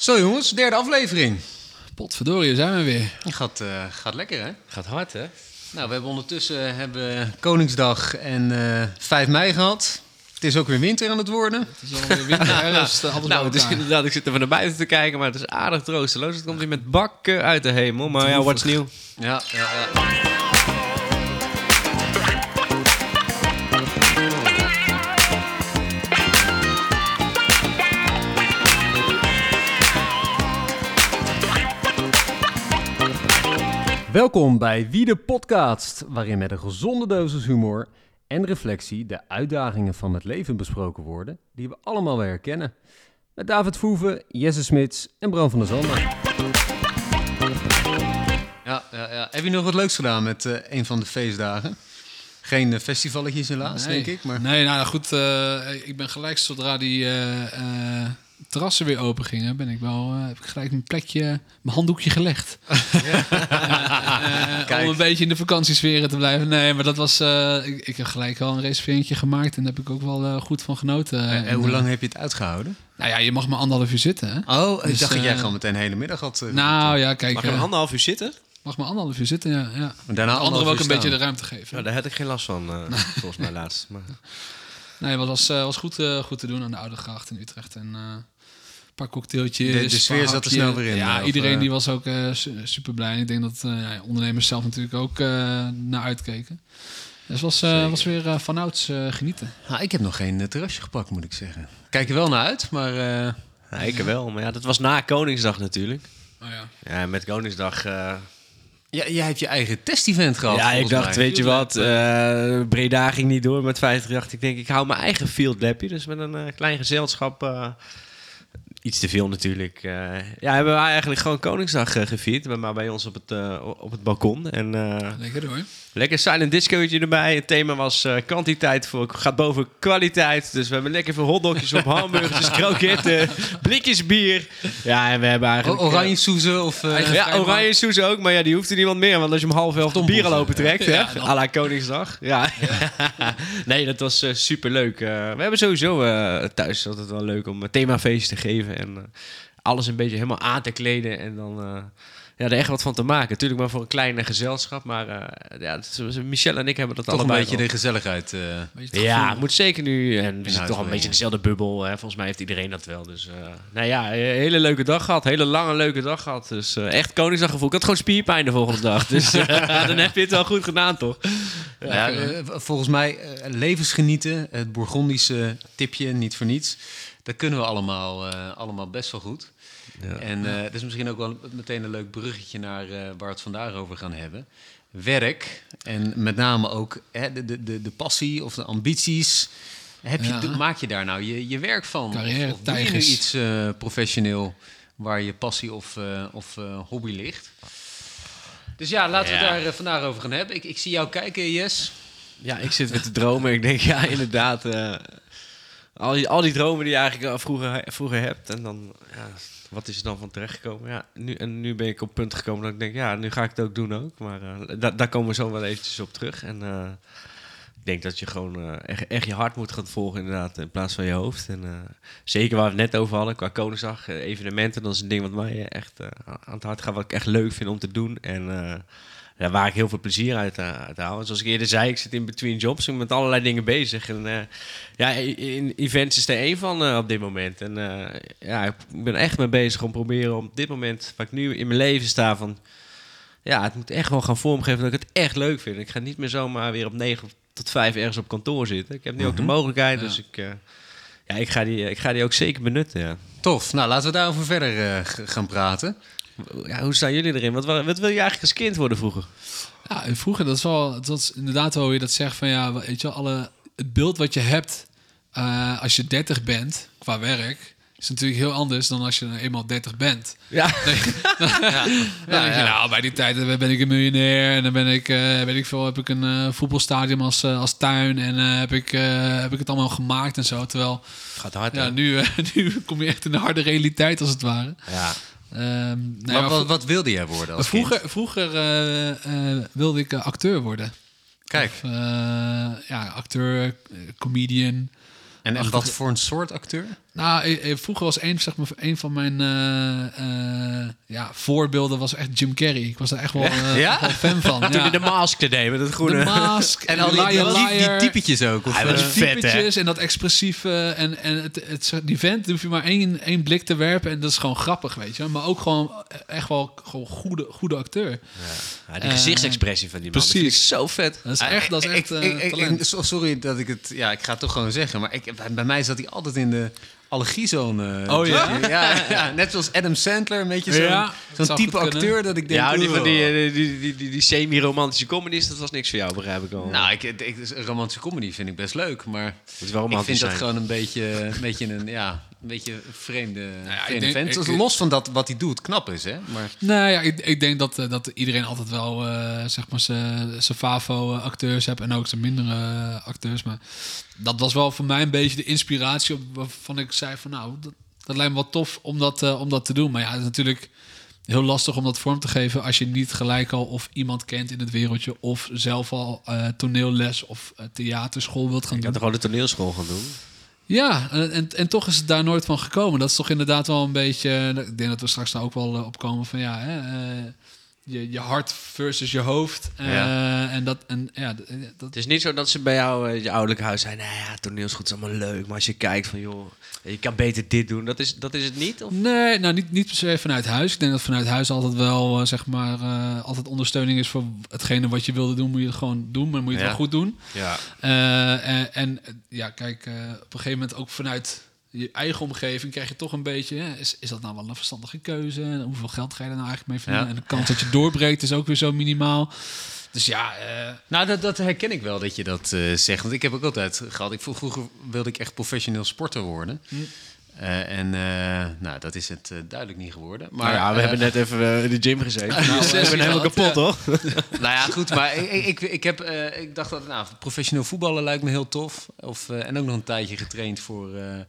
Zo jongens, derde aflevering. Potverdorie, zijn we weer. Gaat lekker hè? Gaat hard, hè? Nou, we hebben ondertussen Koningsdag en 5 mei gehad. Het is ook weer winter aan het worden. Het is alweer winter, dus alles Nou, het is inderdaad, ik zit er van naar buiten te kijken, maar het is aardig troosteloos. Het komt hier met bakken uit de hemel. Maar ja, wat is nieuw? Ja. Welkom bij Wie de Podcast, waarin met een gezonde dosis humor en reflectie de uitdagingen van het leven besproken worden, die we allemaal weer herkennen. Met David Voeven, Jesse Smits en Bram van der Zanden. Ja. Heb je nog wat leuks gedaan met een van de feestdagen? Geen festivalletjes helaas, denk ik. Maar... Nee, nou goed, ik ben gelijk zodra die terrassen weer open gingen, heb ik gelijk een plekje, mijn handdoekje gelegd. Om een beetje in de vakantiesferen te blijven. Nee, maar dat was, ik heb gelijk wel een reserveringetje gemaakt en daar heb ik ook wel goed van genoten. En hoe lang heb je het uitgehouden? Nou ja, je mag maar 1,5 uur zitten. Hè? Oh, ik dacht dat jij gewoon meteen de hele middag had. Nou ja, kijk. Mag je maar 1,5 uur zitten? Mag maar 1,5 uur zitten, ja. Maar daarna anderen ook een beetje de ruimte geven. Nou, daar had ik geen last van, volgens mij laatst. Maar... Nee, het was goed te doen aan de Oude Gracht in Utrecht. En een paar cocktailtjes. De sfeer zat er snel weer in. Ja, iedereen die was ook super blij. En ik denk dat ondernemers zelf natuurlijk ook naar uitkeken. Dus het was weer vanouds genieten. Nou, ik heb nog geen terrasje gepakt, moet ik zeggen. Kijk er wel naar uit, maar... Ja, ik er wel, maar ja, dat was na Koningsdag natuurlijk. Oh ja. Ja, met Koningsdag... Ja, jij hebt je eigen test-event gehad. Ja, ik dacht, mij. weet je wat, Breda ging niet door met 538. Ik denk, ik hou mijn eigen field labje. Dus met een klein gezelschap, iets te veel natuurlijk. Hebben we eigenlijk gewoon Koningsdag gevierd. Maar bij ons op het balkon. En, Lekker hoor. lekker silent discootje erbij. Het thema was kwantiteit gaat boven kwaliteit. Dus we hebben lekker veel hotdogjes op, hamburgers, kroketten, blikjes bier. Ja, en we hebben eigenlijk... Oranje soezen of... ja, oranje soes ook, maar ja, die hoeft er niemand meer. Want als je om 10:30 bier al open trekt, hè, à la Koningsdag. Ja. Nee, dat was superleuk. We hebben sowieso thuis altijd wel leuk om een themafeestje te geven. En alles een beetje helemaal aan te kleden. En dan er echt wat van te maken. Natuurlijk maar voor een kleine gezelschap. Maar Michel en ik hebben dat toch allebei een beetje wel. de gezelligheid. Ja, het moet zeker nu. En we zitten toch brengen. een beetje in dezelfde bubbel. Hè. Volgens mij heeft iedereen dat wel. Dus een hele leuke dag gehad. Hele lange leuke dag gehad. Dus echt Koningsdaggevoel. Ik had gewoon spierpijn de volgende dag. Dus dan heb je het wel goed gedaan, toch? Volgens mij levensgenieten, het Bourgondische tipje, niet voor niets. Dat kunnen we allemaal best wel goed. Ja. En dat is misschien ook wel meteen een leuk bruggetje naar waar we het vandaag over gaan hebben. Werk en met name ook de passie of de ambities. Maak je daar nou je werk van? Carrière, of doe je nu iets professioneel waar je passie of hobby ligt? Dus ja, laten we het daar vandaag over gaan hebben. Ik zie jou kijken, Jes. Ja, ik zit weer te dromen. Ik denk, ja, inderdaad. Al die dromen die je eigenlijk vroeger hebt. En dan, wat is er dan van terechtgekomen? Ja, nu ben ik op het punt gekomen dat ik denk, ja, nu ga ik het ook doen ook. Maar daar komen we zo wel eventjes op terug. En ik denk dat je gewoon echt je hart moet gaan volgen inderdaad, in plaats van je hoofd. En zeker waar we het net over hadden, qua Koningsdag, evenementen, dat is een ding wat mij echt aan het hart gaat, wat ik echt leuk vind om te doen. En waar ik heel veel plezier uit haal. Zoals ik eerder zei, ik zit in between jobs. Ik ben met allerlei dingen bezig. En in events is er één van op dit moment. En ik ben echt mee bezig om proberen op dit moment, waar ik nu in mijn leven sta, van ja, het moet echt wel gaan vormgeven dat ik het echt leuk vind. Ik ga niet meer zomaar weer op 9 tot 5 ergens op kantoor zitten. Ik heb nu ook de mogelijkheid, dus ik ga die ook zeker benutten. Ja. Tof. Nou, laten we daarover verder gaan praten. Ja, hoe staan jullie erin? Wat wil je eigenlijk als kind worden vroeger? Ja, vroeger, dat was inderdaad wel hoe je dat zegt van ja, weet je wel, het beeld wat je hebt als je 30 bent qua werk is natuurlijk heel anders dan als je eenmaal 30 bent. Ja. Dan denk je, nou, bij die tijd ben ik een miljonair en dan ben ik, heb ik een voetbalstadion als tuin en heb ik het allemaal gemaakt en zo. Terwijl, gaat hard, ja, nu kom je echt in de harde realiteit als het ware. Ja. Wat wilde jij worden als kind? Vroeger wilde ik acteur worden. Kijk. Acteur, comedian. En wat voor een soort acteur? Nou, vroeger was een van mijn voorbeelden was echt Jim Carrey. Ik was daar echt wel, wel fan van. Toen je de mask te nemen, dat groene. De mask En al die typetjes ook. Of, Hij was vet, hè? en dat expressieve. En die vent, hoef je maar één blik te werpen. En dat is gewoon grappig, weet je. Maar ook gewoon echt wel gewoon goede acteur. Ja, die gezichtsexpressie van die man. Precies. Dat vind ik zo vet. Dat is echt talent. Sorry dat ik het... Ja, ik ga het toch gewoon zeggen. Maar bij mij zat hij altijd in de allergiezone. Oh ja? Ja, net zoals Adam Sandler. Een beetje zo'n type acteur dat ik denk... Ja, die van die semi-romantische comedies, dat was niks voor jou, begrijp ik al. Nou, romantische comedy vind ik best leuk. Maar ik vind dat gewoon een beetje vreemde vent. Los van dat wat hij doet, knap is, hè? Maar... Nou ja, ik denk dat iedereen altijd wel zeg maar zijn favo-acteurs hebt en ook zijn mindere acteurs. Maar dat was wel voor mij een beetje de inspiratie waarvan ik zei van nou, dat lijkt me wel tof om dat te doen. Maar ja, het is natuurlijk heel lastig om dat vorm te geven als je niet gelijk al of iemand kent in het wereldje of zelf al toneelles of theaterschool wilt gaan doen. Ik had toch gewoon de toneelschool gaan doen? Ja, en toch is het daar nooit van gekomen. Dat is toch inderdaad wel een beetje... Ik denk dat we straks daar ook wel op komen van ja... je hart versus je hoofd. Het is niet zo dat ze bij jou je ouderlijk huis zijn. Nou ja, toneelschool is allemaal leuk. Maar als je kijkt van joh, je kan beter dit doen. Dat is het niet? Of? Nee, nou niet per se vanuit huis. Ik denk dat vanuit huis altijd wel altijd ondersteuning is voor hetgene wat je wilde doen. Moet je het gewoon doen, maar moet je het wel goed doen. Ja. Kijk, op een gegeven moment ook vanuit je eigen omgeving krijg je toch een beetje... Is dat nou wel een verstandige keuze? En hoeveel geld ga je er nou eigenlijk mee verdienen? En de kans dat je doorbreekt is ook weer zo minimaal. Dus ja... Nou, dat herken ik wel dat je dat zegt. Want ik heb ook altijd gehad... Vroeger wilde ik echt professioneel sporter worden. Dat is het duidelijk niet geworden. Maar nou ja, we hebben net even in de gym gezeten. Ik ben helemaal kapot, hoor. Nou ja, goed. Maar ik dacht dat professioneel voetballen lijkt me heel tof. En ook nog een tijdje getraind voor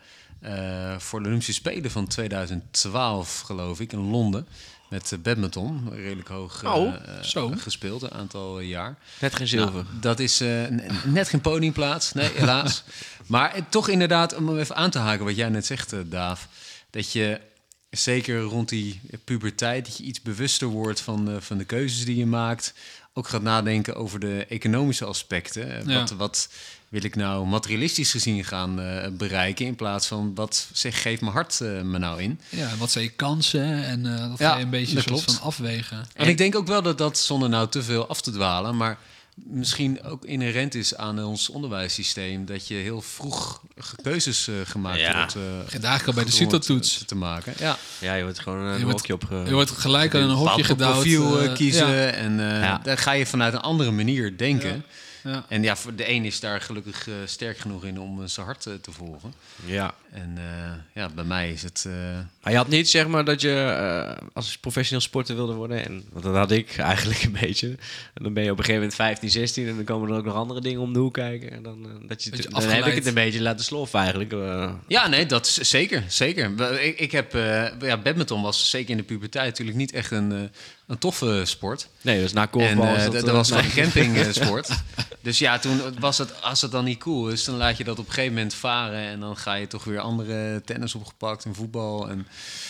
de Olympische Spelen van 2012, geloof ik, in Londen. Met badminton, redelijk hoog gespeeld, een aantal jaar. Net geen zilver. Nou, dat is net geen podiumplaats, nee, helaas. Maar toch inderdaad, om even aan te haken wat jij net zegt, Daaf. Dat je zeker rond die puberteit, dat je iets bewuster wordt van de keuzes die je maakt. Ook gaat nadenken over de economische aspecten. Ja. Wat wil ik nou materialistisch gezien gaan bereiken... in plaats van geeft mijn hart me nou in. Ja, wat zijn je kansen? En dat ga je een beetje soort van afwegen. En ik denk ook wel dat zonder nou te veel af te dwalen... maar misschien ook inherent is aan ons onderwijssysteem... dat je heel vroeg keuzes gemaakt wordt. Begint eigenlijk al bij de CITO-toets te maken. Ja, je wordt gewoon een hokje op... Je wordt gelijk aan een hokje gedouwd. Profiel kiezen en daar ga je vanuit een andere manier denken... Ja. En ja, voor de een is daar gelukkig sterk genoeg in om zijn hart te volgen. Ja. En bij mij is het... Maar je had niet, zeg maar, dat je als professioneel sporter wilde worden. Want dat had ik eigenlijk een beetje. En dan ben je op een gegeven moment 15, 16... en dan komen er ook nog andere dingen om de hoek kijken. En dan, dan heb ik het een beetje laten sloffen eigenlijk. Ja, nee, dat is zeker. Ik heb... badminton was zeker in de puberteit natuurlijk niet echt een toffe sport. Nee, dat is na korfbal. En dat was gewoon een campingsport. Dus ja, toen was het, als het dan niet cool is, dan laat je dat op een gegeven moment varen en dan ga je toch weer andere tennis opgepakt en voetbal en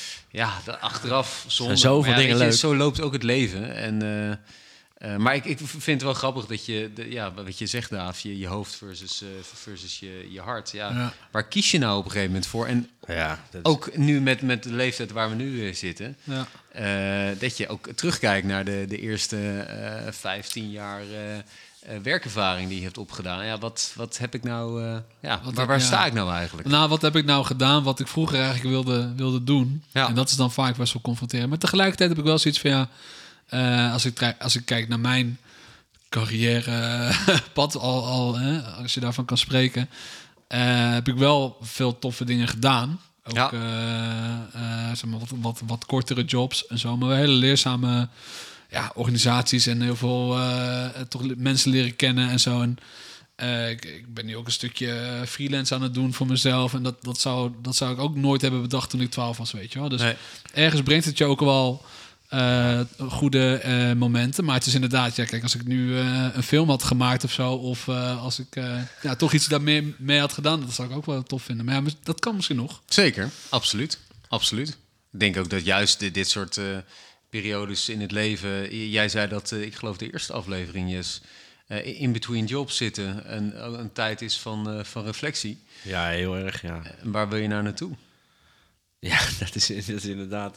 achteraf zonde. Zoveel dingen leuk. Zo loopt ook het leven. En maar ik vind het wel grappig dat je, wat je zegt, Daaf, je hoofd versus je hart. Ja. Waar kies je nou op een gegeven moment voor? En ook nu met de leeftijd waar we nu zitten, dat je ook terugkijkt naar de eerste 15 jaar werkervaring die je hebt opgedaan. Ja, wat heb ik nou... waar sta ik nou eigenlijk? Nou, wat heb ik nou gedaan wat ik vroeger eigenlijk wilde doen? Ja. En dat is dan vaak best wel confronterend. Maar tegelijkertijd heb ik wel zoiets van... Als ik kijk naar mijn carrièrepad, als je daarvan kan spreken... heb ik wel veel toffe dingen gedaan. Ook zeg maar wat kortere jobs en zo. Maar wel hele leerzame... organisaties en heel veel toch mensen leren kennen en zo. En ik ben nu ook een stukje freelance aan het doen voor mezelf. En dat zou ik ook nooit hebben bedacht toen ik 12 was, weet je wel. Dus ergens brengt het je ook wel goede momenten. Maar het is inderdaad, ja, kijk, als ik nu een film had gemaakt of zo, of als ik toch iets daarmee mee had gedaan, dat zou ik ook wel tof vinden. Maar ja, dat kan misschien nog. Zeker, absoluut. Absoluut. Ik denk ook dat juist dit soort periodes in het leven... Jij zei dat, ik geloof de eerste aflevering is... in between jobs zitten een tijd is van reflectie. Ja, heel erg, ja. En waar wil je nou naartoe? Ja, dat is inderdaad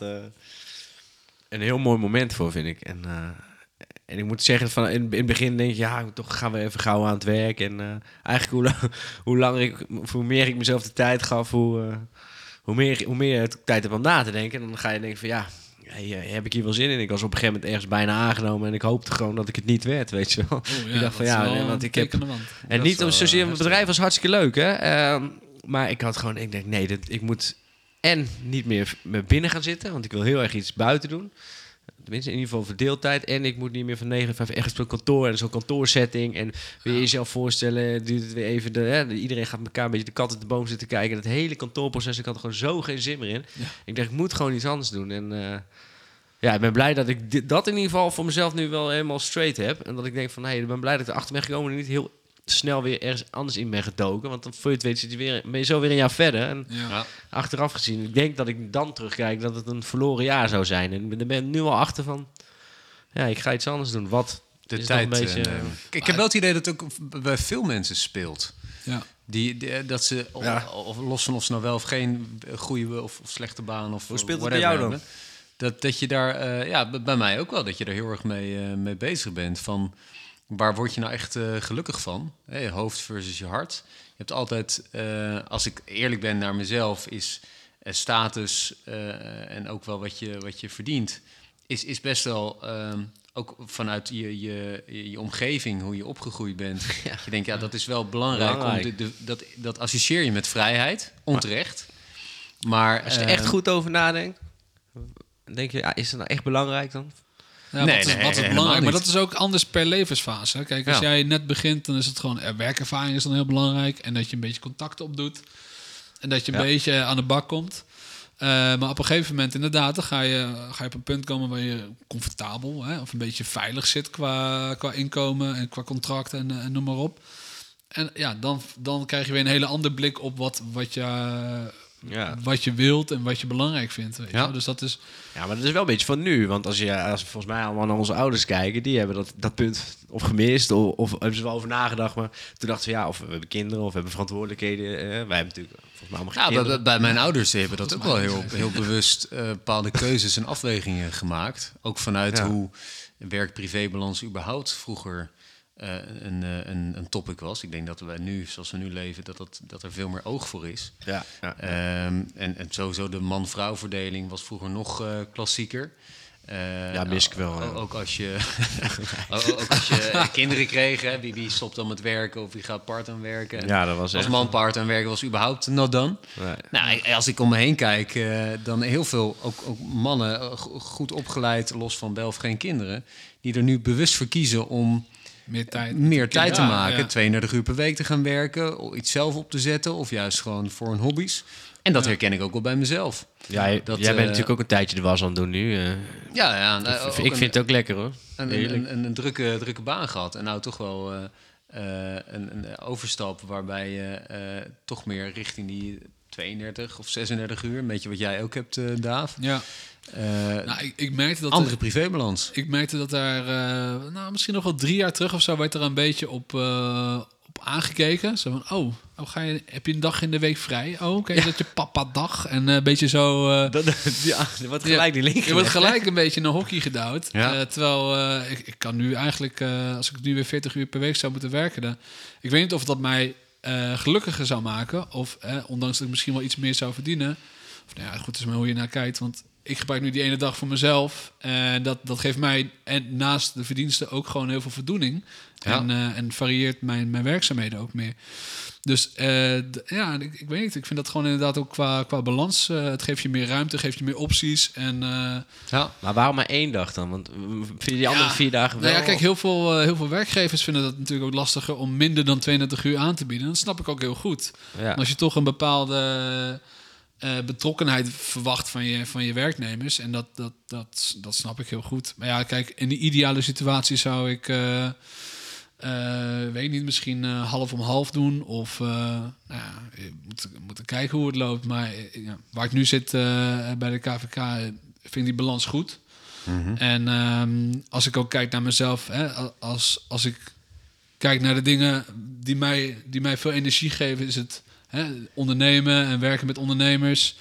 een heel mooi moment voor, vind ik. En ik moet zeggen, van in het begin denk je... ja, toch gaan we even gauw aan het werk. En eigenlijk hoe meer ik mezelf de tijd gaf... hoe meer ik tijd heb om na te denken. En dan ga je denken van ja... heb ik hier wel zin in? Ik was op een gegeven moment ergens bijna aangenomen... en ik hoopte gewoon dat ik het niet werd, weet je wel. Ja, ik dacht van ja, want ik heb... En Dat niet is zozeer, wel het bedrijf was hartstikke leuk, hè. Maar ik had gewoon... Ik denk, nee, ik moet en niet meer met binnen gaan zitten... want ik wil heel erg iets buiten doen. Tenminste, in ieder geval voor deeltijd. En ik moet niet meer van 9 tot 5 ergens op een kantoor... en zo'n kantoorsetting. En wil je jezelf voorstellen... duurt het weer even... iedereen gaat elkaar een beetje de kat uit de boom zitten kijken. Dat hele kantoorproces, ik had er gewoon zo geen zin meer in. Ja. Ik dacht, ik moet gewoon iets anders doen. En ja, ik ben blij dat ik dat in ieder geval voor mezelf nu wel helemaal straight heb. En dat ik denk van, ik ben blij dat ik erachter ben gekomen... en niet heel snel weer ergens anders in ben gedoken. Want dan voor je het weet ben je zo weer een jaar verder. En achteraf gezien, ik denk dat ik dan terugkijk... dat het een verloren jaar zou zijn. En ik ben nu al achter van... ja, ik ga iets anders doen. Wat De is tijd. nog een beetje... Ik heb wel het idee dat het ook bij veel mensen speelt. Ja. Dat ze, of los van of ze nou wel of geen goede of slechte baan... of Hoe speelt het whatever bij jou dan? hebben, dat je daar, bij mij ook wel, dat je er heel erg mee bezig bent. Van waar word je nou echt gelukkig van? Je hoofd versus je hart. Je hebt altijd, als ik eerlijk ben naar mezelf, is status en ook wel wat je verdient, is best wel... ook vanuit je omgeving, hoe je opgegroeid bent. Ja. Je denkt, dat is wel belangrijk. Dat associeer je met vrijheid, onterecht. Maar als je er echt goed over nadenkt... denk je, is het nou echt belangrijk dan? Ja, wat is belangrijk? Maar dat is ook anders per levensfase. Kijk, als jij net begint, dan is het gewoon... werkervaring is dan heel belangrijk. En dat je een beetje contacten opdoet. En dat je een beetje aan de bak komt. Maar op een gegeven moment inderdaad... dan ga je op een punt komen waar je comfortabel... of een beetje veilig zit qua inkomen... en qua contract en noem maar op. En ja, dan krijg je weer een hele andere blik op wat je wilt en wat je belangrijk vindt. Weet je? Dus dat is... Ja, maar dat is wel een beetje van nu. Want als we volgens mij allemaal naar onze ouders kijken... die hebben dat punt of gemist... of hebben ze wel over nagedacht. Maar toen dachten ze, of we hebben kinderen... of we hebben verantwoordelijkheden. Wij hebben natuurlijk volgens mij allemaal geen kinderen. Bij mijn ouders hebben dat ook wel heel bewust... bepaalde keuzes en afwegingen gemaakt. Ook vanuit hoe werk-privébalans überhaupt vroeger... een topic was. Ik denk dat wij nu, zoals we nu leven, dat er veel meer oog voor is. En sowieso de man-vrouw verdeling was vroeger nog klassieker. Mis ik wel. Ook als je, ook als je kinderen kreeg, hè, wie stopt dan met werken of wie gaat part-time werken. Dat was als man part-time werken was überhaupt not done. Nee. Nou, als ik om me heen kijk, dan heel veel, ook mannen, goed opgeleid, los van wel of geen kinderen, die er nu bewust voor kiezen om meer tijd te maken. 32 uur per week te gaan werken, iets zelf op te zetten of juist gewoon voor hun hobby's. En dat herken ik ook wel bij mezelf. Ja, jij bent natuurlijk ook een tijdje de was aan het doen nu. Ik vind het ook lekker hoor. Een drukke baan gehad. En nou toch wel een overstap waarbij je toch meer richting die 32 of 36 uur, een beetje wat jij ook hebt, Daaf. Ja. Ik merkte dat andere privébalans. Ik merkte dat daar misschien nog wel 3 jaar terug of zo werd er een beetje op aangekeken. Zo van, heb je een dag in de week vrij? Ken je dat je papa-dag? En een beetje zo... er wordt gelijk die link. Je wordt gelijk een beetje naar hockey gedouwd. Ja. Terwijl ik kan nu eigenlijk, als ik nu weer 40 uur per week zou moeten werken, dan, ik weet niet of dat mij gelukkiger zou maken. Of ondanks dat ik misschien wel iets meer zou verdienen. Of goed, het is maar hoe je naar kijkt. Want ik gebruik nu die ene dag voor mezelf. En dat geeft mij, en naast de verdiensten, ook gewoon heel veel voldoening. Ja. En varieert mijn werkzaamheden ook meer. Dus ik weet niet. Ik vind dat gewoon inderdaad ook qua balans. Het geeft je meer ruimte, geeft je meer opties. Maar waarom maar 1 dag dan? Want vind je die andere 4 dagen wel? Kijk, heel veel werkgevers vinden dat natuurlijk ook lastiger om minder dan 32 uur aan te bieden. Dat snap ik ook heel goed. Ja. Maar als je toch een bepaalde betrokkenheid verwacht van je werknemers. En dat snap ik heel goed. Maar ja, kijk, in de ideale situatie zou ik... weet niet, misschien half om half doen. Of je moet kijken hoe het loopt. Maar waar ik nu zit bij de KVK, vind ik die balans goed. Mm-hmm. En als ik ook kijk naar mezelf, als ik kijk naar de dingen die mij veel energie geven, is het ondernemen en werken met ondernemers.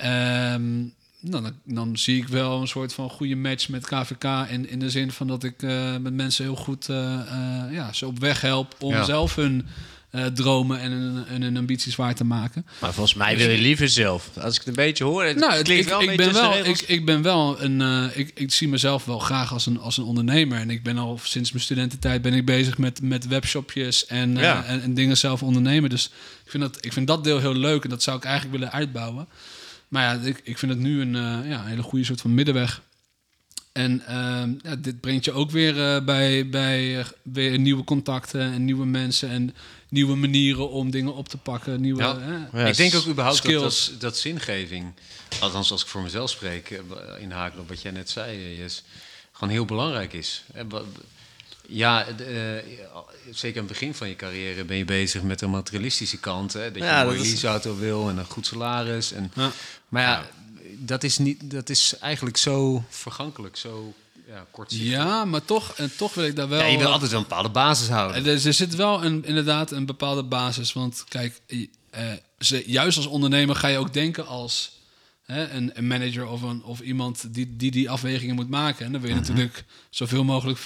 Dan zie ik wel een soort van goede match met KVK in de zin van dat ik met mensen heel goed ze op weg help om zelf hun dromen en hun ambities waar te maken. Maar volgens mij wil je liever zelf. Als ik het een beetje hoor, ik zie mezelf wel graag als een ondernemer. En ik ben al sinds mijn studententijd bezig met webshopjes en dingen zelf ondernemen. Dus ik vind dat deel heel leuk en dat zou ik eigenlijk willen uitbouwen. Maar ja, ik vind het nu een hele goede soort van middenweg. En dit brengt je ook weer bij weer nieuwe contacten en nieuwe mensen en nieuwe manieren om dingen op te pakken. Ik denk ook überhaupt skills. dat zingeving, althans als ik voor mezelf spreek, inhaken op wat jij net zei, Jes, gewoon heel belangrijk is. Ja, zeker aan het begin van je carrière ben je bezig met een materialistische kant. Hè? Dat je een mooie leaseauto wil en een goed salaris. Maar dat is eigenlijk zo vergankelijk, zo kortzichtig. Ja, maar toch wil ik daar wel... Ja, je wil altijd wel een bepaalde basis houden. Er zit wel inderdaad een bepaalde basis. Want kijk, juist als ondernemer ga je ook denken als een manager of iemand die afwegingen moet maken. En dan wil je natuurlijk zoveel mogelijk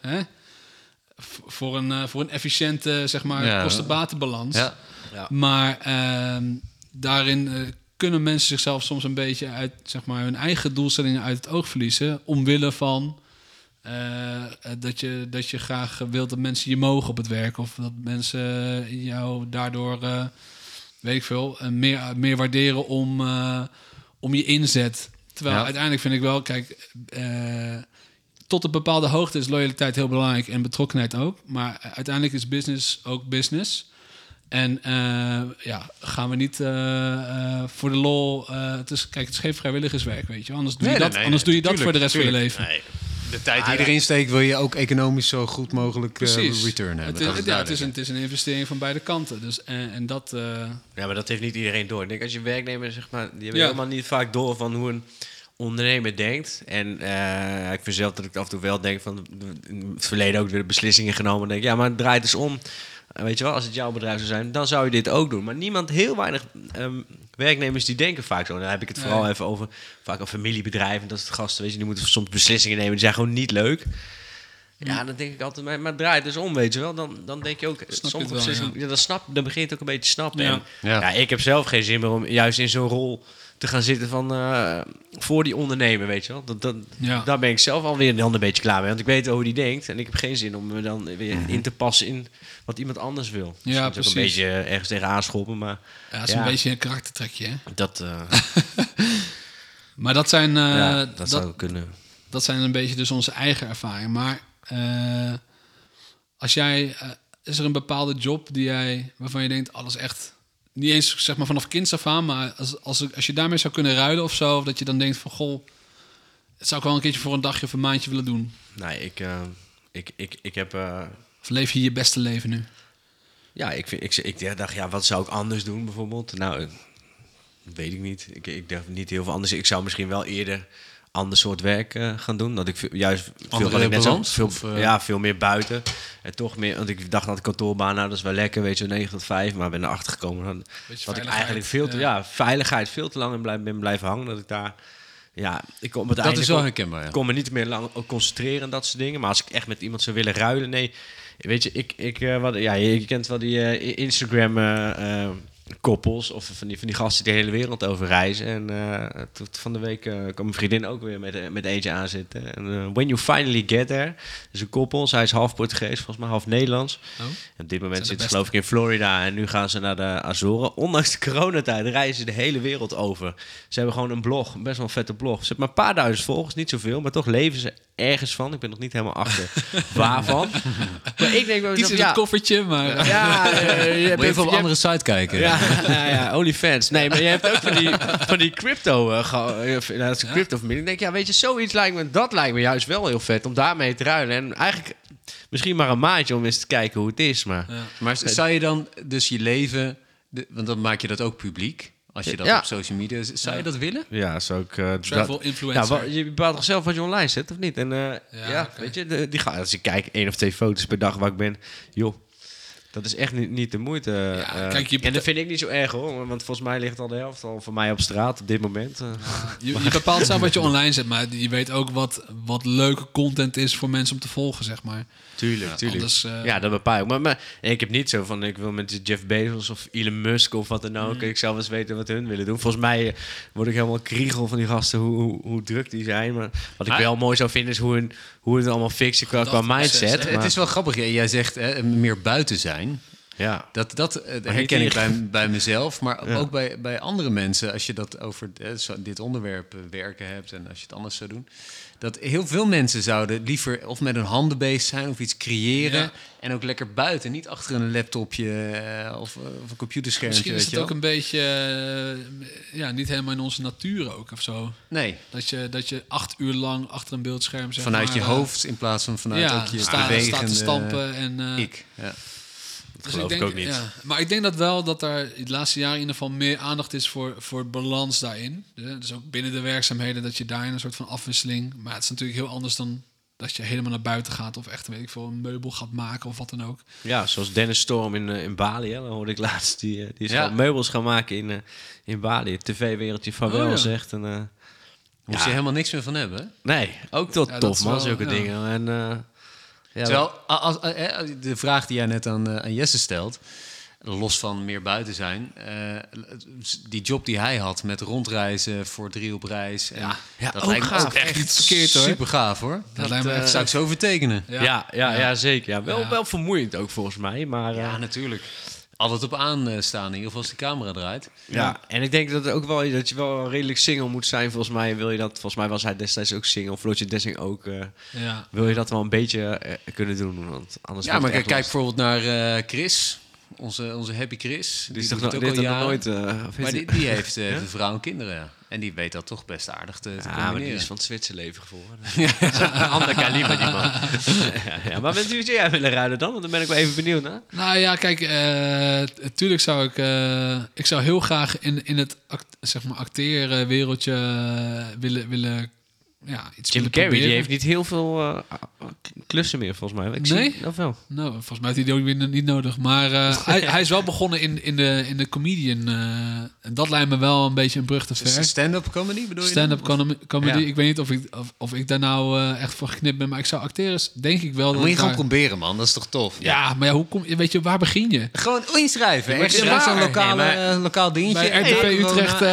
voor een efficiënte, zeg maar, kosten-batenbalans. Ja. Ja. Maar daarin kunnen mensen zichzelf soms een beetje uit, zeg maar, hun eigen doelstellingen uit het oog verliezen, omwille van dat je graag wilt dat mensen je mogen op het werk, of dat mensen jou daardoor, weet ik veel, meer waarderen om je inzet. Terwijl uiteindelijk vind ik wel, kijk, tot een bepaalde hoogte is loyaliteit heel belangrijk en betrokkenheid ook. Maar uiteindelijk is business ook business. En gaan we niet voor de lol... het is geen vrijwilligerswerk, weet je. Anders doe je dat voor de rest van je leven. Nee. De tijd die erin steekt wil je ook economisch zo goed mogelijk return hebben. Het is een investering van beide kanten. Dus, en dat... Ja, maar dat heeft niet iedereen door. Ik denk, als je werknemer, zeg maar, die hebben helemaal niet vaak door van hoe een ondernemer denkt. En ik vind zelf dat ik af en toe wel denk van... in het verleden ook weer beslissingen genomen. En denk, maar het draait dus om. Weet je wel, als het jouw bedrijf zou zijn, dan zou je dit ook doen. Maar heel weinig werknemers die denken vaak zo. Dan heb ik het vooral even over vaak een familiebedrijf. En dat is het gasten, weet je, die moeten soms beslissingen nemen. Die zijn gewoon niet leuk. Ja, dan denk ik altijd, maar het draait dus om, weet je wel. Dan denk je ook, sommige beslissingen, dan begint het ook een beetje te snappen. Ja. En, ik heb zelf geen zin meer om juist in zo'n rol te gaan zitten van voor die ondernemer, weet je wel. Daar ben ik zelf alweer dan een beetje klaar mee. Want ik weet hoe die denkt. En ik heb geen zin om me dan weer in te passen in wat iemand anders wil. Ja, precies. Ook een beetje ergens tegen aanschoppen. Maar het is een beetje een karaktertrekje, hè? Dat... maar dat zijn... dat zou kunnen. Dat zijn een beetje dus onze eigen ervaringen. Maar als jij... is er een bepaalde job waarvan je denkt, alles echt... Niet eens, zeg maar, vanaf kinds af aan, maar als je daarmee zou kunnen ruilen of zo, of dat je dan denkt van, goh, het zou ik wel een keertje voor een dagje of een maandje willen doen. Nee, ik heb... Of leef je je beste leven nu? Ja, ik dacht, wat zou ik anders doen bijvoorbeeld? Nou, weet ik niet. Ik dacht niet heel veel anders. Ik zou misschien wel eerder ander soort werk gaan doen. Dat ik juist veel meer buiten. En toch meer, want ik dacht aan de kantoorbaan, nou dat is wel lekker, weet je, 9 tot 5. Maar ben erachter gekomen dat ik eigenlijk veiligheid veel te lang ben blijven hangen. Dat ik daar, ik kon dat is wel herkenbaar. Ik kon me niet meer lang concentreren en dat soort dingen. Maar als ik echt met iemand zou willen ruilen, nee, weet je, je kent wel die Instagram koppels of van die gasten die de hele wereld over reizen. En van de week kwam mijn vriendin ook weer met eentje aanzitten. En when you finally get there, is een koppel. Zij is half Portugees, volgens mij half Nederlands. Oh. En op dit moment zitten ze geloof ik in Florida en nu gaan ze naar de Azoren. Ondanks de coronatijd reizen ze de hele wereld over. Ze hebben gewoon een blog, best wel een vette blog. Ze hebben maar een paar duizend volgers, niet zoveel, maar toch leven ze ergens van. Ik ben nog niet helemaal achter waarvan. Maar ik denk wel iets in het koffertje, maar... Moet je even op een andere site kijken. Ja. ja, OnlyFans. Nee, maar je hebt ook van die crypto... crypto-familie. Ik denk, ja, weet je, zoiets dat lijkt me juist wel heel vet om daarmee te ruilen. En eigenlijk misschien maar een maandje om eens te kijken hoe het is. Maar zou je dan dus je leven... want dan maak je dat ook publiek. Als je dat op social media... Zou je dat willen? Ja, zou ik... Travel influencer. Ja, je bepaalt toch zelf wat je online zet, of niet? En okay. weet je, als ik kijk 1 of 2 foto's per dag waar ik ben... joh, dat is echt niet de moeite. Kijk, en dat vind ik niet zo erg, hoor. Want volgens mij ligt al de helft al voor mij op straat op dit moment. Je bepaalt zelf wat je online zet, maar je weet ook wat leuke content is voor mensen om te volgen, zeg maar. Tuurlijk. Anders, ja, dat bepaal ik. Maar ik heb niet zo van, ik wil met Jeff Bezos of Elon Musk of wat dan ook. Ik zou wel eens weten wat hun willen doen. Volgens mij word ik helemaal kriegel van die gasten, hoe druk die zijn. Maar wat ik wel mooi zou vinden is hoe het allemaal fixen qua mindset. Het is wel grappig. Jij zegt meer buiten zijn. Ja. Dat herken ik bij mezelf, maar ook bij andere mensen. Als je dat over dit onderwerp werken hebt en als je het anders zou doen. Dat heel veel mensen zouden liever of met hun handen bezig zijn of iets creëren. Ja. En ook lekker buiten, niet achter een laptopje of een computerschermpje. Misschien is het ook een beetje niet helemaal in onze natuur ook of zo. Nee. Dat je 8 uur lang achter een beeldscherm zeg vanuit je hoofd in plaats van vanuit ook je bewegende... staat te stampen en... Ja. Dat geloof ik ook niet. Ja, maar ik denk dat wel dat er het laatste jaar in ieder geval meer aandacht is voor balans daarin. Dus ook binnen de werkzaamheden dat je daarin een soort van afwisseling... Maar het is natuurlijk heel anders dan dat je helemaal naar buiten gaat... of echt, weet ik veel, een meubel gaat maken of wat dan ook. Ja, zoals Dennis Storm in Bali, hè, dat hoorde ik laatst. Die is gewoon meubels gaan maken in Bali. Het tv-wereldje van wel zegt. En, moest je helemaal niks meer van hebben, hè? Nee, ook tof, man, zulke dingen. En... Terwijl, de vraag die jij net aan Jesse stelt... los van meer buiten zijn... die job die hij had met rondreizen voor 3 op reis... dat lijkt me ook echt iets verkeerd, hoor. Super gaaf, hoor. Dat zou ik zo vertekenen. Ja, zeker. Ja. Wel vermoeiend ook, volgens mij. Maar, ja, natuurlijk. Altijd op aanstaan, in ieder geval als de camera draait. Ja, en ik denk dat ook wel dat je wel redelijk single moet zijn. Volgens mij wil je dat. Volgens mij was hij destijds ook single. Floortje Dessing ook. Wil je dat wel een beetje kunnen doen? Want anders maar kijk bijvoorbeeld naar Chris. Onze happy Chris. Die is toch ook al nooit... maar die heeft de vrouw en kinderen, ja. En die weet dat toch best aardig te combineren. Maar die is van het Zwitser leven geworden. Een ander kaliber, die man. Maar met wie zou jij willen ruilen dan? Want dan ben ik wel even benieuwd naar. Nou ja, kijk, natuurlijk zou ik zou heel graag in het acteren wereldje willen iets Jim Carrey, die heeft niet heel veel klussen meer, volgens mij. Nee? Of wel? Nou, volgens mij heeft hij die ook weer niet nodig. Maar hij is wel begonnen in de comedian. En dat lijkt me wel een beetje een brug te ver. Stand-up comedy bedoel je? Stand-up comedy. Ja. Ik weet niet of ik daar nou echt voor geknipt ben. Maar ik zou acteren, denk ik wel. Dat moet je gewoon proberen, man. Dat is toch tof? Ja, maar weet je, waar begin je? Gewoon inschrijven. Zo'n lokaal dingetje. Bij RTV Utrecht.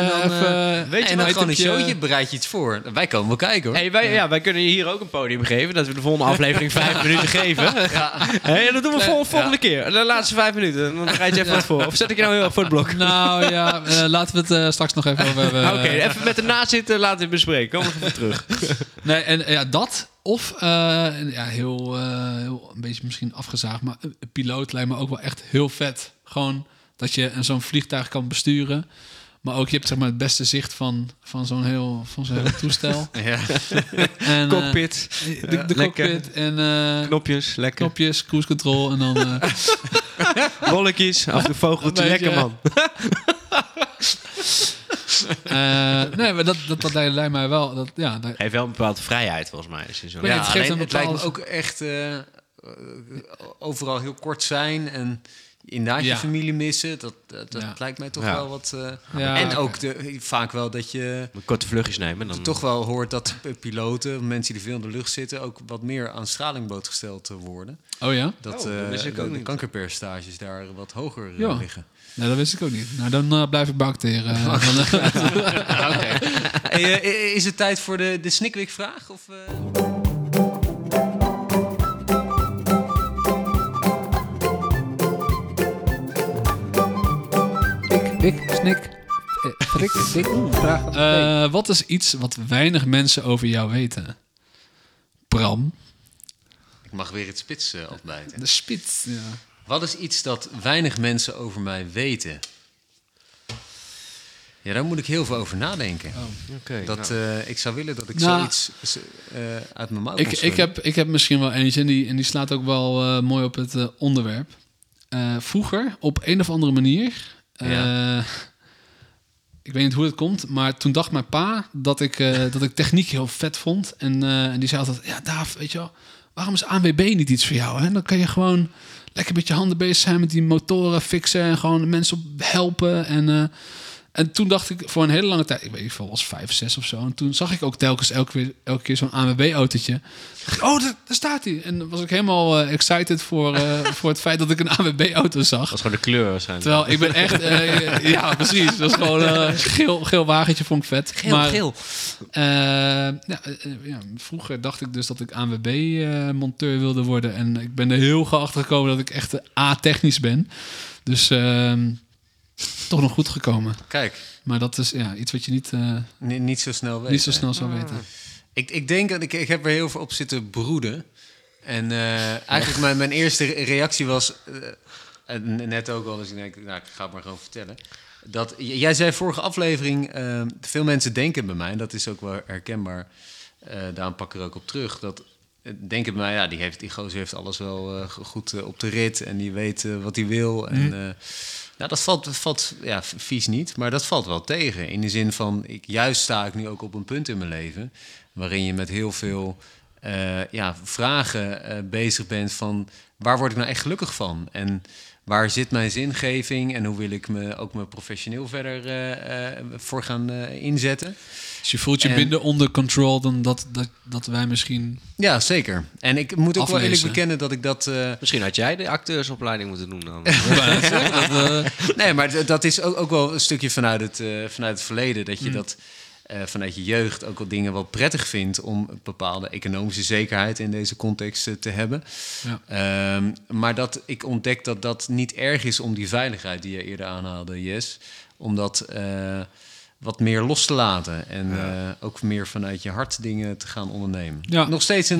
En dan gewoon een showtje, bereid je iets voor. Wij komen wel kijken. Hey, wij kunnen je hier ook een podium geven. Dat we de volgende aflevering 5 minuten geven. En dat doen we volgende keer. De laatste 5 minuten. Dan rijd je even wat voor. Of zet ik je nou heel erg voor het blok? Nou ja, laten we het straks nog even over hebben. Oké, even met de nazitten laten we het bespreken. Kom nog even terug. Nee, en dat... Of, heel een beetje misschien afgezaagd... maar een piloot lijkt me ook wel echt heel vet. Gewoon dat je zo'n vliegtuig kan besturen... Maar ook, je hebt zeg maar het beste zicht van zo'n heel toestel. Ja. En, cockpit. De cockpit. En, knopjes, lekker. Knopjes, cruise control en dan... rolletjes, af de vogeltje, lekker man. Nee, maar dat lijkt mij wel... Geeft wel een bepaalde vrijheid, volgens mij. Als je zo het geeft het lijkt me ook echt overal heel kort zijn en... Inderdaad je familie missen, dat lijkt mij toch wel wat... en ook vaak wel dat je... Korte vluchtjes nemen. Dan... toch wel hoort dat piloten, mensen die veel in de lucht zitten... ook wat meer aan straling blootgesteld worden. Oh ja? Dat de kankerpercentages daar wat hoger liggen. Nee, dat wist ik ook niet. Nou, dan blijf ik bij acteren. Okay. Is het tijd voor de Snikwik-vraag? Of... Wat is iets wat weinig mensen over jou weten? Bram? Ik mag weer het spits afbijten. De spits, ja. Wat is iets dat weinig mensen over mij weten? Ja, daar moet ik heel veel over nadenken. Oké, Ik zou willen dat ik Nou, zoiets uit mijn mouw kon Ik heb misschien wel eentje en die slaat ook wel mooi op het onderwerp. Vroeger, op een of andere manier... ik weet niet hoe het komt, maar toen dacht mijn pa dat ik techniek heel vet vond. En die zei altijd, ja Daaf, weet je wel, waarom is ANWB niet iets voor jou? Hè? Dan kan je gewoon lekker met je handen bezig zijn met die motoren fixen en gewoon de mensen op helpen. En toen dacht ik voor een hele lange tijd, ik weet niet veel, was 5, 6 of zo. En toen zag ik ook telkens elke keer zo'n ANWB-autootje. Oh, daar staat hij. En dan was ik helemaal excited voor het feit dat ik een ANWB-auto zag. Dat was gewoon de kleur waarschijnlijk. Terwijl ik ben echt... ja, precies. Dat was gewoon een geel wagentje, vond ik vet. Geel. Vroeger dacht ik dus dat ik ANWB-monteur wilde worden. En ik ben er heel gauw achter gekomen dat ik echt A-technisch ben. Dus... toch nog goed gekomen. Kijk. Maar dat is iets wat je niet zo snel weet. Niet zo snel zou weten. Ik denk dat ik heb er heel veel op zitten broeden. En eigenlijk mijn eerste reactie was... net ook al, dus ik denk, ik ga het maar gewoon vertellen. Dat, jij zei vorige aflevering... veel mensen denken bij mij, en dat is ook wel herkenbaar... daarom pak ik er ook op terug... dat denken bij mij, die gozer heeft alles wel goed op de rit... en die weet wat hij wil. En dat valt vies niet, maar dat valt wel tegen. In de zin van, juist sta ik nu ook op een punt in mijn leven... waarin je met heel veel vragen bezig bent van... waar word ik nou echt gelukkig van? En waar zit mijn zingeving? En hoe wil ik me professioneel verder voor gaan inzetten? Dus je voelt je minder onder control dan dat wij misschien... Ja, zeker. En ik moet ook aflezen. wel eerlijk bekennen dat ik dat... Misschien had jij de acteursopleiding moeten doen dan. Nee, maar dat is ook wel een stukje vanuit het verleden. Dat je dat vanuit je jeugd ook wel dingen wel prettig vindt... om een bepaalde economische zekerheid in deze context te hebben. Ja. Maar dat ik ontdek dat dat niet erg is om die veiligheid die je eerder aanhaalde, Jes. Om dat wat meer los te laten. En ook meer vanuit je hart dingen te gaan ondernemen. Ja. Nog steeds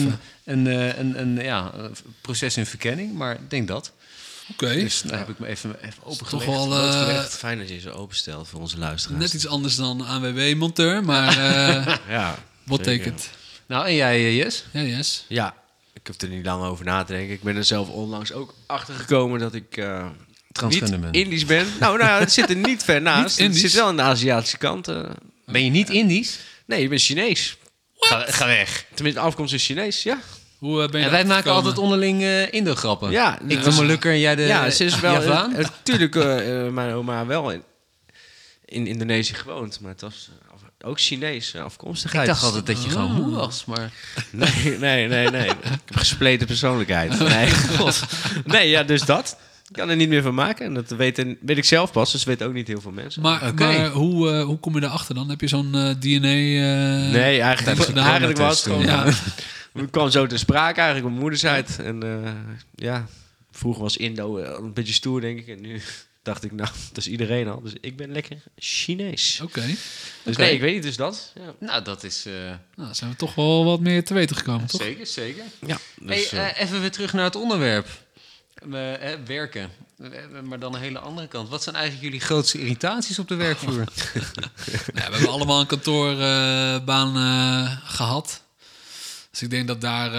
een proces in verkenning, maar ik denk dat. Oké. Dus daar heb ik me even opengelegd. Toch wel fijn dat je zo openstelt voor onze luisteraars. Net iets anders dan ANWB-monteur, maar what take it. Nou, en jij, Jes? Ja, Jes. Ja, ik hoef er niet lang over na te denken. Ik ben er zelf onlangs ook achter gekomen dat ik niet Indisch ben. Nou, het zit er niet ver naast. Het zit wel aan de Aziatische kant. Ben je niet Indisch? Nee, ik ben Chinees. Ga weg. Tenminste, de afkomst is Chinees, ja. Hoe ben je en wij maken altijd onderling Indo-grappen. Ja, ik de Molukker en jij de ze is wel Javaan. Natuurlijk, mijn oma wel in Indonesië gewoond, maar het was ook Chinees afkomstigheid. Ik dacht altijd dat je gewoon moe was, maar... Nee. Ik heb gespleten persoonlijkheid. Nee, god. Nee, ja, dus dat. Ik kan er niet meer van maken. En dat weet ik zelf pas, dus weten ook niet heel veel mensen. Maar hoe kom je daarachter dan? Heb je zo'n DNA... nee, eigenlijk was het gewoon... Ja. Ik kwam zo te sprake eigenlijk op mijn moedersheid. En vroeger was Indo een beetje stoer, denk ik. En nu dacht ik, nou, dat is iedereen al. Dus ik ben lekker Chinees. Oké. Dus nee, ik weet niet, dus dat. Ja. Nou, dat is... Nou, zijn we toch wel wat meer te weten gekomen, toch? Zeker. Ja. Dus, even weer terug naar het onderwerp. Werken. Maar dan een hele andere kant. Wat zijn eigenlijk jullie grootste irritaties op de werkvloer? We hebben allemaal een kantoorbaan gehad. Dus ik denk dat daar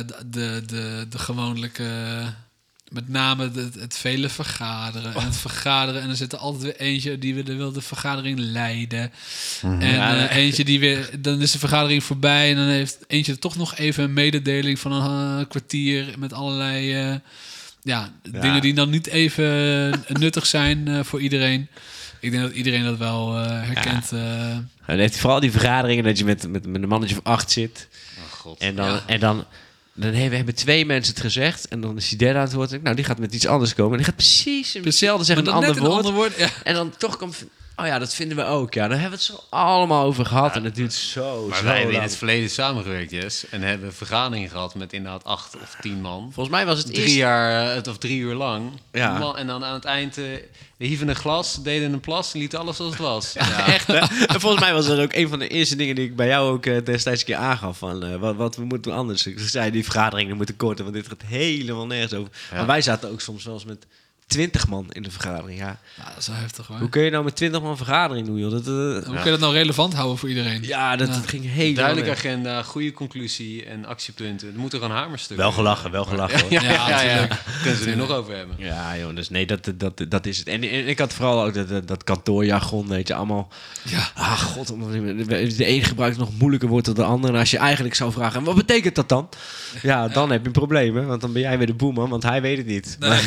de gewoonlijke... met name het vele vergaderen. En het vergaderen. En er zit er altijd weer eentje die wil de vergadering leiden. En eentje die weer... Dan is de vergadering voorbij. En dan heeft eentje toch nog even een mededeling van een kwartier... met allerlei... dingen die dan niet even nuttig zijn voor iedereen. Ik denk dat iedereen dat wel herkent. En heeft vooral die vergaderingen dat je met een mannetje of 8 zit. Oh god. En dan hebben 2 mensen het gezegd. En dan is die derde aan het woord. Nou, die gaat met iets anders komen. En die gaat precies hetzelfde zeggen, een ander woord. Ja. En dan toch komt... Oh ja, dat vinden we ook. Ja, daar hebben we het zo allemaal over gehad. Ja, en het duurt zo Maar zo wij hebben lang. in het verleden samengewerkt, Jes. En hebben vergaderingen gehad met inderdaad 8 of 10 man. Volgens mij was het 3 uur lang. Ja. En dan aan het eind hieven een glas, deden een plas en lieten alles zoals het was. Ja, echt, hè? En volgens mij was dat ook een van de eerste dingen die ik bij jou ook destijds een keer aangaf. Van wat we moeten anders. Ik zei, die vergaderingen moeten korten, want dit gaat helemaal nergens over. Ja. Maar wij zaten ook soms wel eens met 20 man in de vergadering. Ja. Nou, dat is wel heftig hoor. Hoe kun je nou met 20 man vergadering doen, joh? Hoe kun je dat nou relevant houden voor iedereen? Ja, dat ging helemaal Duidelijke weg. agenda, goede conclusie en actiepunten. Er moeten gewoon hamerstukken. Wel gelachen hoor. Ja. natuurlijk. Kunnen ze er nog over hebben. Ja, joh, dus nee, dat is het. En ik had vooral ook dat kantoorjargon, weet je, allemaal... Ja. Ah, god, de een gebruikt nog moeilijker woord dan de ander. En als je eigenlijk zou vragen, wat betekent dat dan? Ja, dan heb je een probleem, hè? Want dan ben jij weer de boeman, want hij weet het niet. Nee.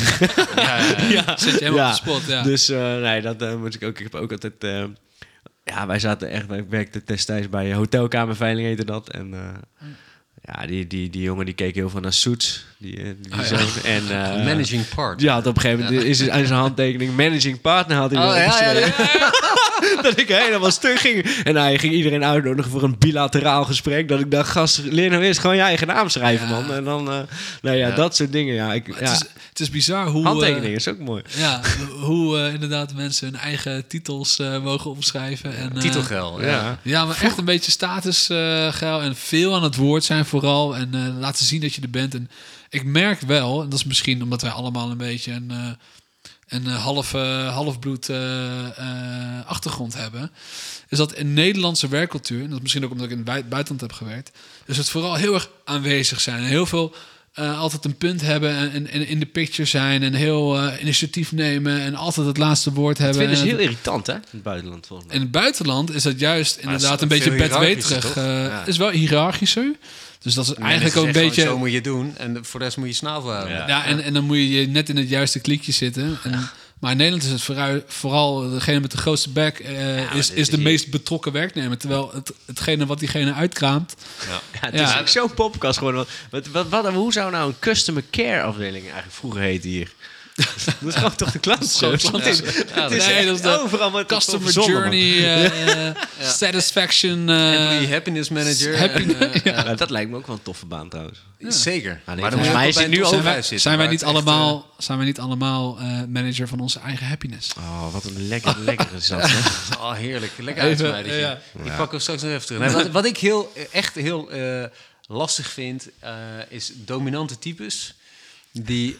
Ja. Zit je helemaal op de spot, ja. Dus nee, dat moet ik ook. Ik heb ook altijd... ja, wij zaten echt... Ik werkte destijds bij Hotelkamerveiling, heette dat. En ja, die jongen die keek heel veel naar Suits. Die zoon. En, Managing part. ja, had op een gegeven moment is aan zijn handtekening managing partner had hij wel geschreven. Dat ik helemaal stuk ging. En hij ging iedereen uitnodigen voor een bilateraal gesprek. Dat ik dacht, gast, leer nou eerst gewoon je eigen naam schrijven, man. En dan, nou ja, dat soort dingen. Ja, Het is bizar hoe... handtekeningen is ook mooi. Ja, hoe inderdaad mensen hun eigen titels mogen opschrijven. En, Titelgel. Ja, maar echt een beetje statusgeil en veel aan het woord zijn vooral. En laten zien dat je er bent. En ik merk wel, en dat is misschien omdat wij allemaal een beetje een halfbloed achtergrond hebben, is dat in Nederlandse werkcultuur, en dat is misschien ook omdat ik in het buitenland heb gewerkt, is het vooral heel erg aanwezig zijn. En heel veel altijd een punt hebben en in de picture zijn en heel initiatief nemen en altijd het laatste woord Dat hebben. vinden ze En heel irritant, hè? In het buitenland, volgens mij. in het buitenland is dat juist inderdaad is een beetje veel hiërarchischer, bedweterig. toch? Is wel hiërarchischer. Dus dat is eigenlijk ook een Mensen zeggen beetje... gewoon, zo moet je doen en voor de rest moet je snavel houden. Ja, en dan moet je net in het juiste klikje zitten. Maar in Nederland is het vooral degene met de grootste bek is de meest betrokken werknemer. Terwijl hetgene wat diegene uitkraamt... Ja, het is ook zo'n podcast geworden. Hoe zou nou een customer care afdeling eigenlijk vroeger heten hier? Dat is gewoon toch de klantenservice? Gewoon Het is nee, echt dat is de overal wat Customer journey, satisfaction... Employee happiness manager. Ja, dat lijkt me ook wel een toffe baan trouwens. Zeker. Alleen, Maar dan moet je volgens mij ook is wel hij bij nu een over- toffe zijn wij waar niet het echt, allemaal manager van onze eigen happiness? Oh, wat een lekkere zat. Hè? Oh, heerlijk. Lekker uitsmijden. ja. Ik pak hem straks nog even terug. Nee, wat ik echt heel lastig vind, is dominante types die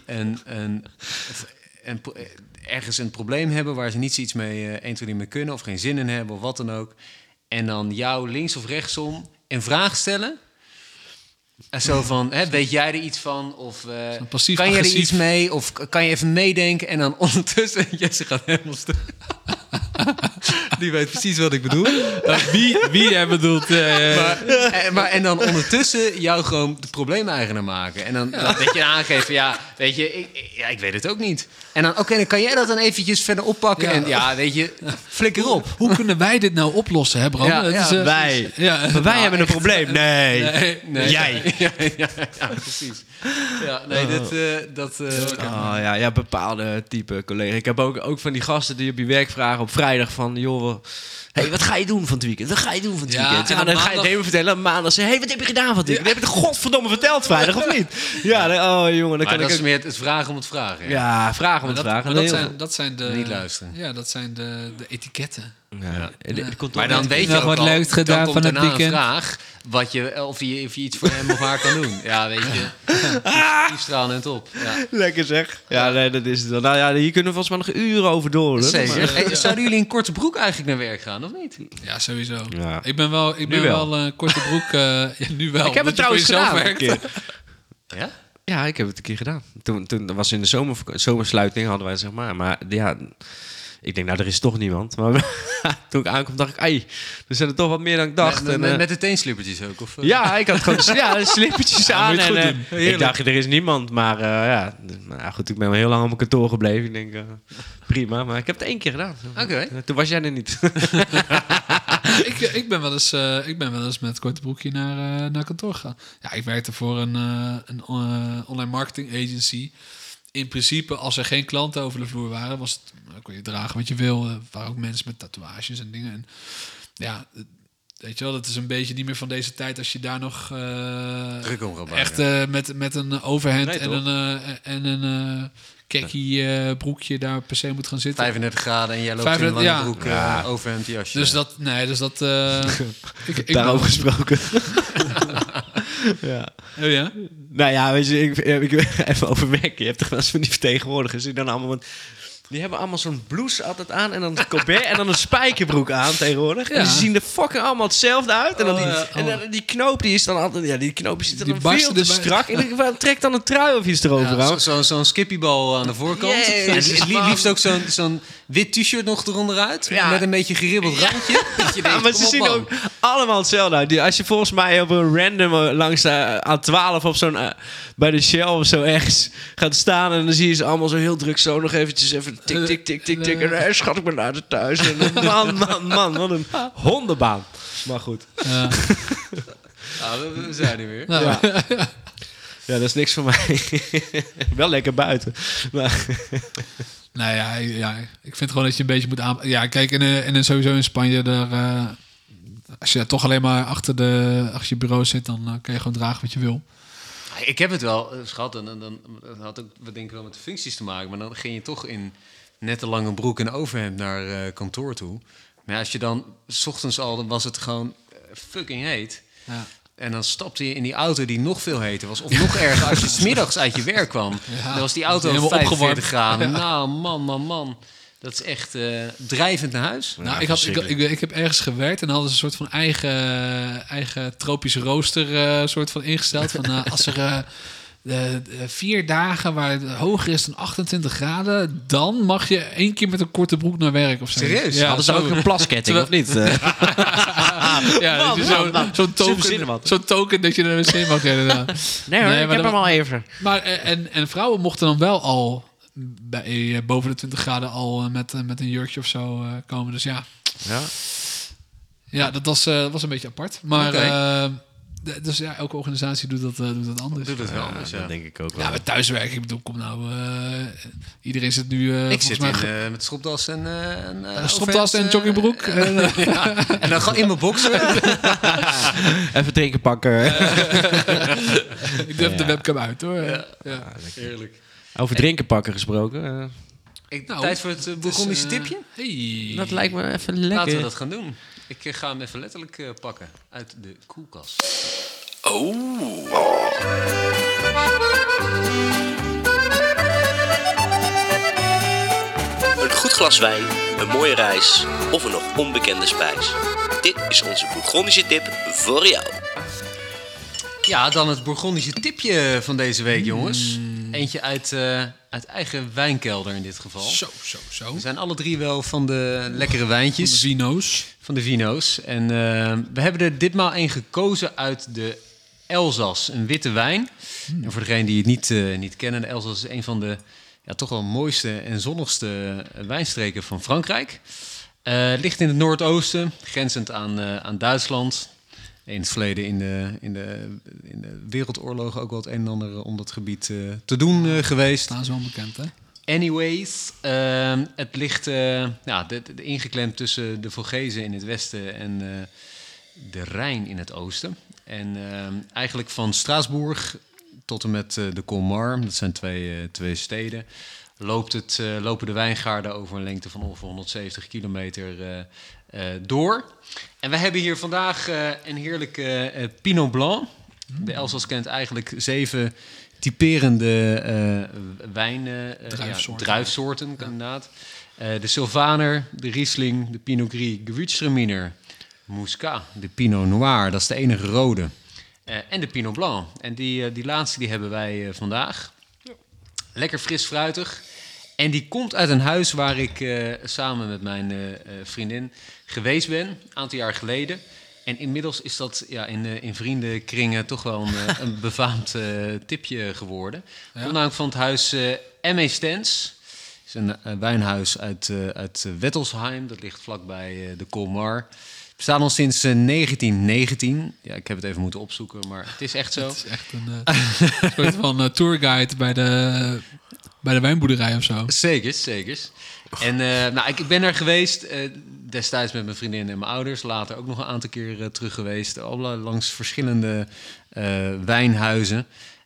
ergens een probleem hebben waar ze niet zoiets mee 1, 2, 3 mee kunnen of geen zin in hebben of wat dan ook. En dan jou links of rechtsom een vraag stellen. En zo van, weet jij er iets van? Of kan je er iets mee? Of kan je even meedenken? En dan ondertussen, Jesse gaat helemaal stuk. Die weet precies wat ik bedoel. Wie jij bedoelt... En dan ondertussen jou gewoon de probleemeigenaar maken. En dan dat je aangeven, weet je, ik weet het ook niet. En dan, oké, dan kan jij dat dan eventjes verder oppakken. Ja. En weet je, flikker op. Hoe kunnen wij dit nou oplossen, hè Bram? Ja, Het ja, is, wij. Ja. Maar wij hebben een probleem. Nee. Jij. Ja, precies. Ja, nee, dat... Ja, bepaalde type collega. Ik heb ook van die gasten die op je werk vragen op vrijdag van... joh, hey, wat ga je doen van het weekend? Wat ga je doen van het Ja, weekend? en Ja, op dan ga je maandag- het even vertellen. Op maandag zeggen, hey, wat heb je gedaan van het weekend? Heb je het godverdomme verteld vrijdag of niet? Ja, oh jongen, dan Maar kan dat ik is ook... meer het vragen om het vragen. Ja, vragen om het vragen. Maar dat zijn de... Niet luisteren. Ja, dat zijn de etiketten. Ja. Maar dan weet je nog ook wat al, leuks dan gedaan komt van het daarna weekend. een vraag of je iets voor hem of haar kan doen. Ja, weet je. Die stralen het op. Ja. Lekker zeg. Ja, nee, dat is het wel. Nou ja, hier kunnen we volgens mij nog uren over door. Zeker. Hey, zouden jullie in korte broek eigenlijk naar werk gaan, of niet? Ja, sowieso. Ja. Ik ben wel korte broek... ja, nu wel. Ik heb het trouwens gedaan een keer. Ja? Ja, ik heb het een keer gedaan. Toen was in de zomersluiting hadden wij zeg maar. Maar ja, ik denk, nou, er is toch niemand. Maar toen ik aankwam, dacht ik, ai, er zijn er toch wat meer dan ik dacht. Met de teenslippertjes ook? Of, Ja, ik had gewoon slippertjes aan. moet je En goed doen. ik dacht, er is niemand. Maar goed, ik ben wel heel lang op mijn kantoor gebleven. Ik denk, prima. Maar ik heb het 1 keer gedaan. Oké. Toen was jij er niet. Ik ben wel eens met korte broekje naar kantoor gegaan. Ja, ik werkte voor een online marketing agency. In principe, als er geen klanten over de vloer waren, kon je dragen wat je wil. Er waren ook mensen met tatoeages en dingen. En ja, weet je wel, dat is een beetje niet meer van deze tijd als je daar nog Druk om gaat echt met een overhemd en een khaki broekje daar per se moet gaan zitten. 35 graden en jij loopt in een 35, lange ja. broek, overhemd, jasje. Dus dat, ik Daarover ben- gesproken. Ja. Oh ja? Nou ja, weet je, ik even over werken. Je hebt toch wel eens van die vertegenwoordigers die dan allemaal... Want die hebben allemaal zo'n blouse altijd aan en dan een colbert en dan een spijkerbroek aan tegenwoordig. Ja. En ze zien er fucking allemaal hetzelfde uit. En dan Oh, en die knoop die is dan altijd... Ja, die knoop zit Die dan barsten veel te erbij. strak. En ik trek dan een trui of iets erover Ja, aan. zo'n skippybal aan de voorkant. Jezus, En man. liefst ook zo'n wit t-shirt nog eronder uit. Ja. Met een beetje geribbeld randje. Dat je denkt, Ja, maar kom ze op, zien man. ook allemaal hetzelfde uit. Als je volgens mij op een random langs de A12 of zo'n bij de Shell of zo ergens gaat staan en dan zie je ze allemaal zo heel druk zo nog eventjes even tik, tik, tik, tik, tik. En schat, ik ben naar de thuis. En man, wat een hondenbaan. Maar goed. Ja. We zijn er weer. Nou, Ja. Ja, dat is niks voor mij. Wel lekker buiten. Maar, Nou ja, ik vind gewoon dat je een beetje moet aan... Ja, kijk, sowieso in Spanje, daar, als je daar toch alleen maar achter je bureau zit, dan kan je gewoon dragen wat je wil. Ik heb het wel, schat. En dan had ook wat denk ik wel met de functies te maken. Maar dan ging je toch in net een lange broek en overhemd naar kantoor toe. Maar ja, als je dan, 's ochtends al, dan was het gewoon fucking heet. Ja. En dan stapte je in die auto die nog veel heter was. Of nog erger, als je 's middags uit je werk kwam. Ja. Dan was die auto Helemaal 45 opgewarmd. graden. Ja. Nou, man. Dat is echt drijvend naar huis. Nou, Ja, ik heb ergens gewerkt en dan hadden ze een soort van eigen tropische rooster soort van ingesteld. Van als er 4 dagen waar het hoger is dan 28 graden, dan mag je 1 keer met een korte broek naar werk of zo. Serieus? Ja, hadden ze ook een plasketting, of niet? Ja, dat je zo'n verzinnen token, wat. zo'n token dat je naar de wc mag. Inderdaad. Nee hoor, Nee, ik maar heb dat- hem al even. Maar en vrouwen mochten dan wel al boven de 20 graden al met een jurkje of zo komen. Dus ja, dat was een beetje apart. Maar Oké. dus ja, elke organisatie doet dat anders. Doe dat wel anders, Dat denk ik ook wel. Ja, met thuiswerken, ik bedoel, kom nou. Iedereen zit nu. Ik volgens zit mij met stropdas en stropdas en joggingbroek. ja. En dan gewoon in mijn boxer. Even drinken pakken. Ik doe even de webcam uit hoor. Ja. Heerlijk. Over drinken pakken gesproken. Nou, Tijd voor het Bourgondische tipje? Hey. Dat lijkt me even lekker. Laten we dat gaan doen. Ik ga hem even letterlijk pakken uit de koelkast. Een goed glas wijn, een mooie reis of een nog onbekende spijs. Dit is onze Bourgondische tip voor jou. Ja, dan het Bourgondische tipje van deze week, jongens. Eentje uit eigen wijnkelder in dit geval. Zo. We zijn alle 3 wel van de lekkere wijntjes. Vino's. Van de vino's. En we hebben er ditmaal een gekozen uit de Elzas. Een witte wijn. En voor degenen die het niet kennen, de Elzas is een van de toch wel mooiste en zonnigste wijnstreken van Frankrijk. Ligt in het noordoosten, grenzend aan Duitsland. In het verleden in de wereldoorlogen ook wel het een en ander om dat gebied te doen geweest. Staan ze wel bekend, hè? Anyways, het ligt ingeklemd tussen de Vogezen in het westen en de Rijn in het oosten. En eigenlijk van Straatsburg tot en met de Colmar, dat zijn twee steden, lopen de wijngaarden over een lengte van ongeveer 170 kilometer door. En we hebben hier vandaag een heerlijke Pinot Blanc. De Elzas kent eigenlijk 7 typerende druifsoorten, inderdaad. De Sylvaner, de Riesling, de Pinot Gris, Gewürztraminer, Muscat, de Pinot Noir, dat is de enige rode. En de Pinot Blanc. En die laatste die hebben wij vandaag. Lekker fris fruitig. En die komt uit een huis waar ik samen met mijn vriendin geweest ben, een aantal jaar geleden. En inmiddels is dat in vriendenkringen toch wel een befaamd tipje geworden. Ja. Komt namelijk van het huis M.E. Stens. Het is een wijnhuis uit Wettelsheim. Dat ligt vlakbij de Colmar. We staan al sinds 1919. Ja, ik heb het even moeten opzoeken, maar het is echt zo. Het is echt een soort van tourguide bij de wijnboerderij of zo. Zekers. En ik ben er geweest, destijds met mijn vriendin en mijn ouders. Later ook nog een aantal keer terug geweest. Allemaal langs verschillende wijnhuizen.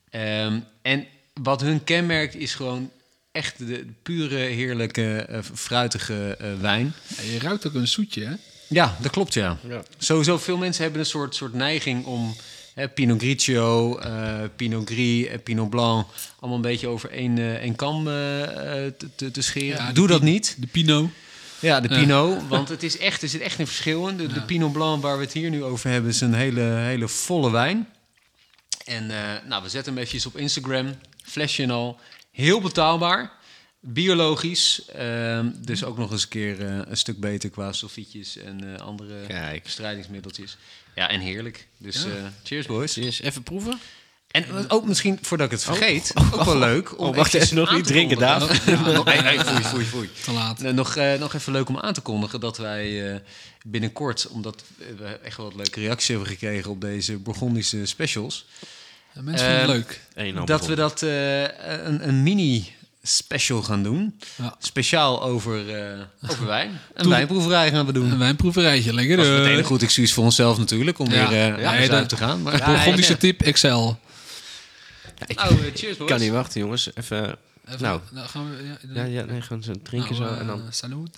En wat hun kenmerkt is gewoon echt de pure, heerlijke, fruitige wijn. Ja, je ruikt ook een zoetje, hè? Ja, dat klopt, ja. Ja. Sowieso, veel mensen hebben een soort neiging om Pinot Grigio, Pinot Gris en Pinot Blanc... allemaal een beetje over één kam te scheren. Ja, Doe dat niet. De Pinot. Ja, de Pinot, want er zit echt een verschil in. De Pinot Blanc waar we het hier nu over hebben... is een hele volle wijn. En we zetten hem eventjes op Instagram. Flesje en al. Heel betaalbaar. Biologisch. Dus ook nog eens een keer een stuk beter qua sulfietjes en andere bestrijdingsmiddeltjes. Ja, en heerlijk. Dus cheers boys. Cheers. Even proeven. En ook misschien, voordat ik het vergeet, ook wel leuk. Om wacht even, nog niet drinken, Daaf. Foei. Te laat. Nog even leuk om aan te kondigen dat wij binnenkort, omdat we echt wel wat leuke reacties hebben gekregen op deze Bourgondische specials. Mensen vinden het leuk. Dat we dat een mini-special gaan doen. Ja. Speciaal over wijn. Een wijnproeverij gaan we doen. Een wijnproeverijtje, lekker. Dat is meteen een goed excuus voor onszelf natuurlijk, om weer uit te gaan. Maar Bourgondische tip, Excel. Cheers boys. Kan niet wachten, jongens. Even nou gaan we... nee, gewoon zo drinken zo en dan... Salut.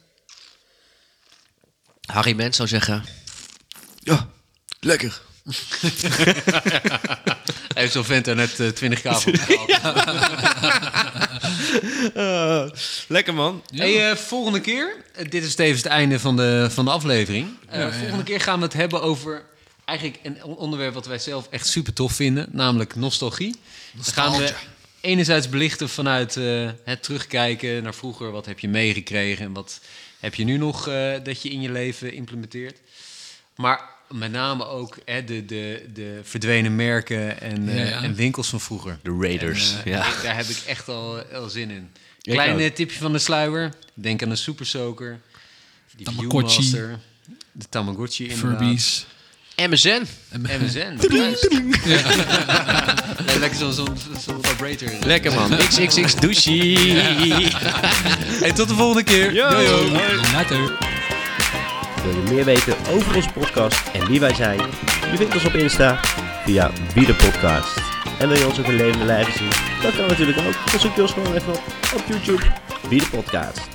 Harry Mens zou zeggen... Ja, lekker. Hij heeft zo'n vent er net 20k voor gehaald. Lekker, man. Ja. Hey, volgende keer... dit is tevens het einde van de aflevering. Volgende keer gaan we het hebben over... eigenlijk een onderwerp wat wij zelf echt super tof vinden. Namelijk nostalgie. Dan gaan we enerzijds belichten vanuit het terugkijken naar vroeger. Wat heb je meegekregen en wat heb je nu nog dat je in je leven implementeert. Maar met name ook de verdwenen merken en winkels van vroeger. De Raiders. Daar heb ik echt al zin in. Klein tipje van de sluier. Denk aan de Super Soaker. Die Viewmaster. De Tamagotchi inderdaad. Furbies. MSN. Lekker zo'n vibrator. Lekker, man. XXX douchie. Hey, tot de volgende keer. Yo. Later. Wil je meer weten over onze podcast en wie wij zijn? Je vindt ons op Insta via Wie de Podcast. En wil je ons ook in levende lijven zien? Dat kan natuurlijk ook. Dan zoek je ons gewoon even op YouTube. Wie de Podcast.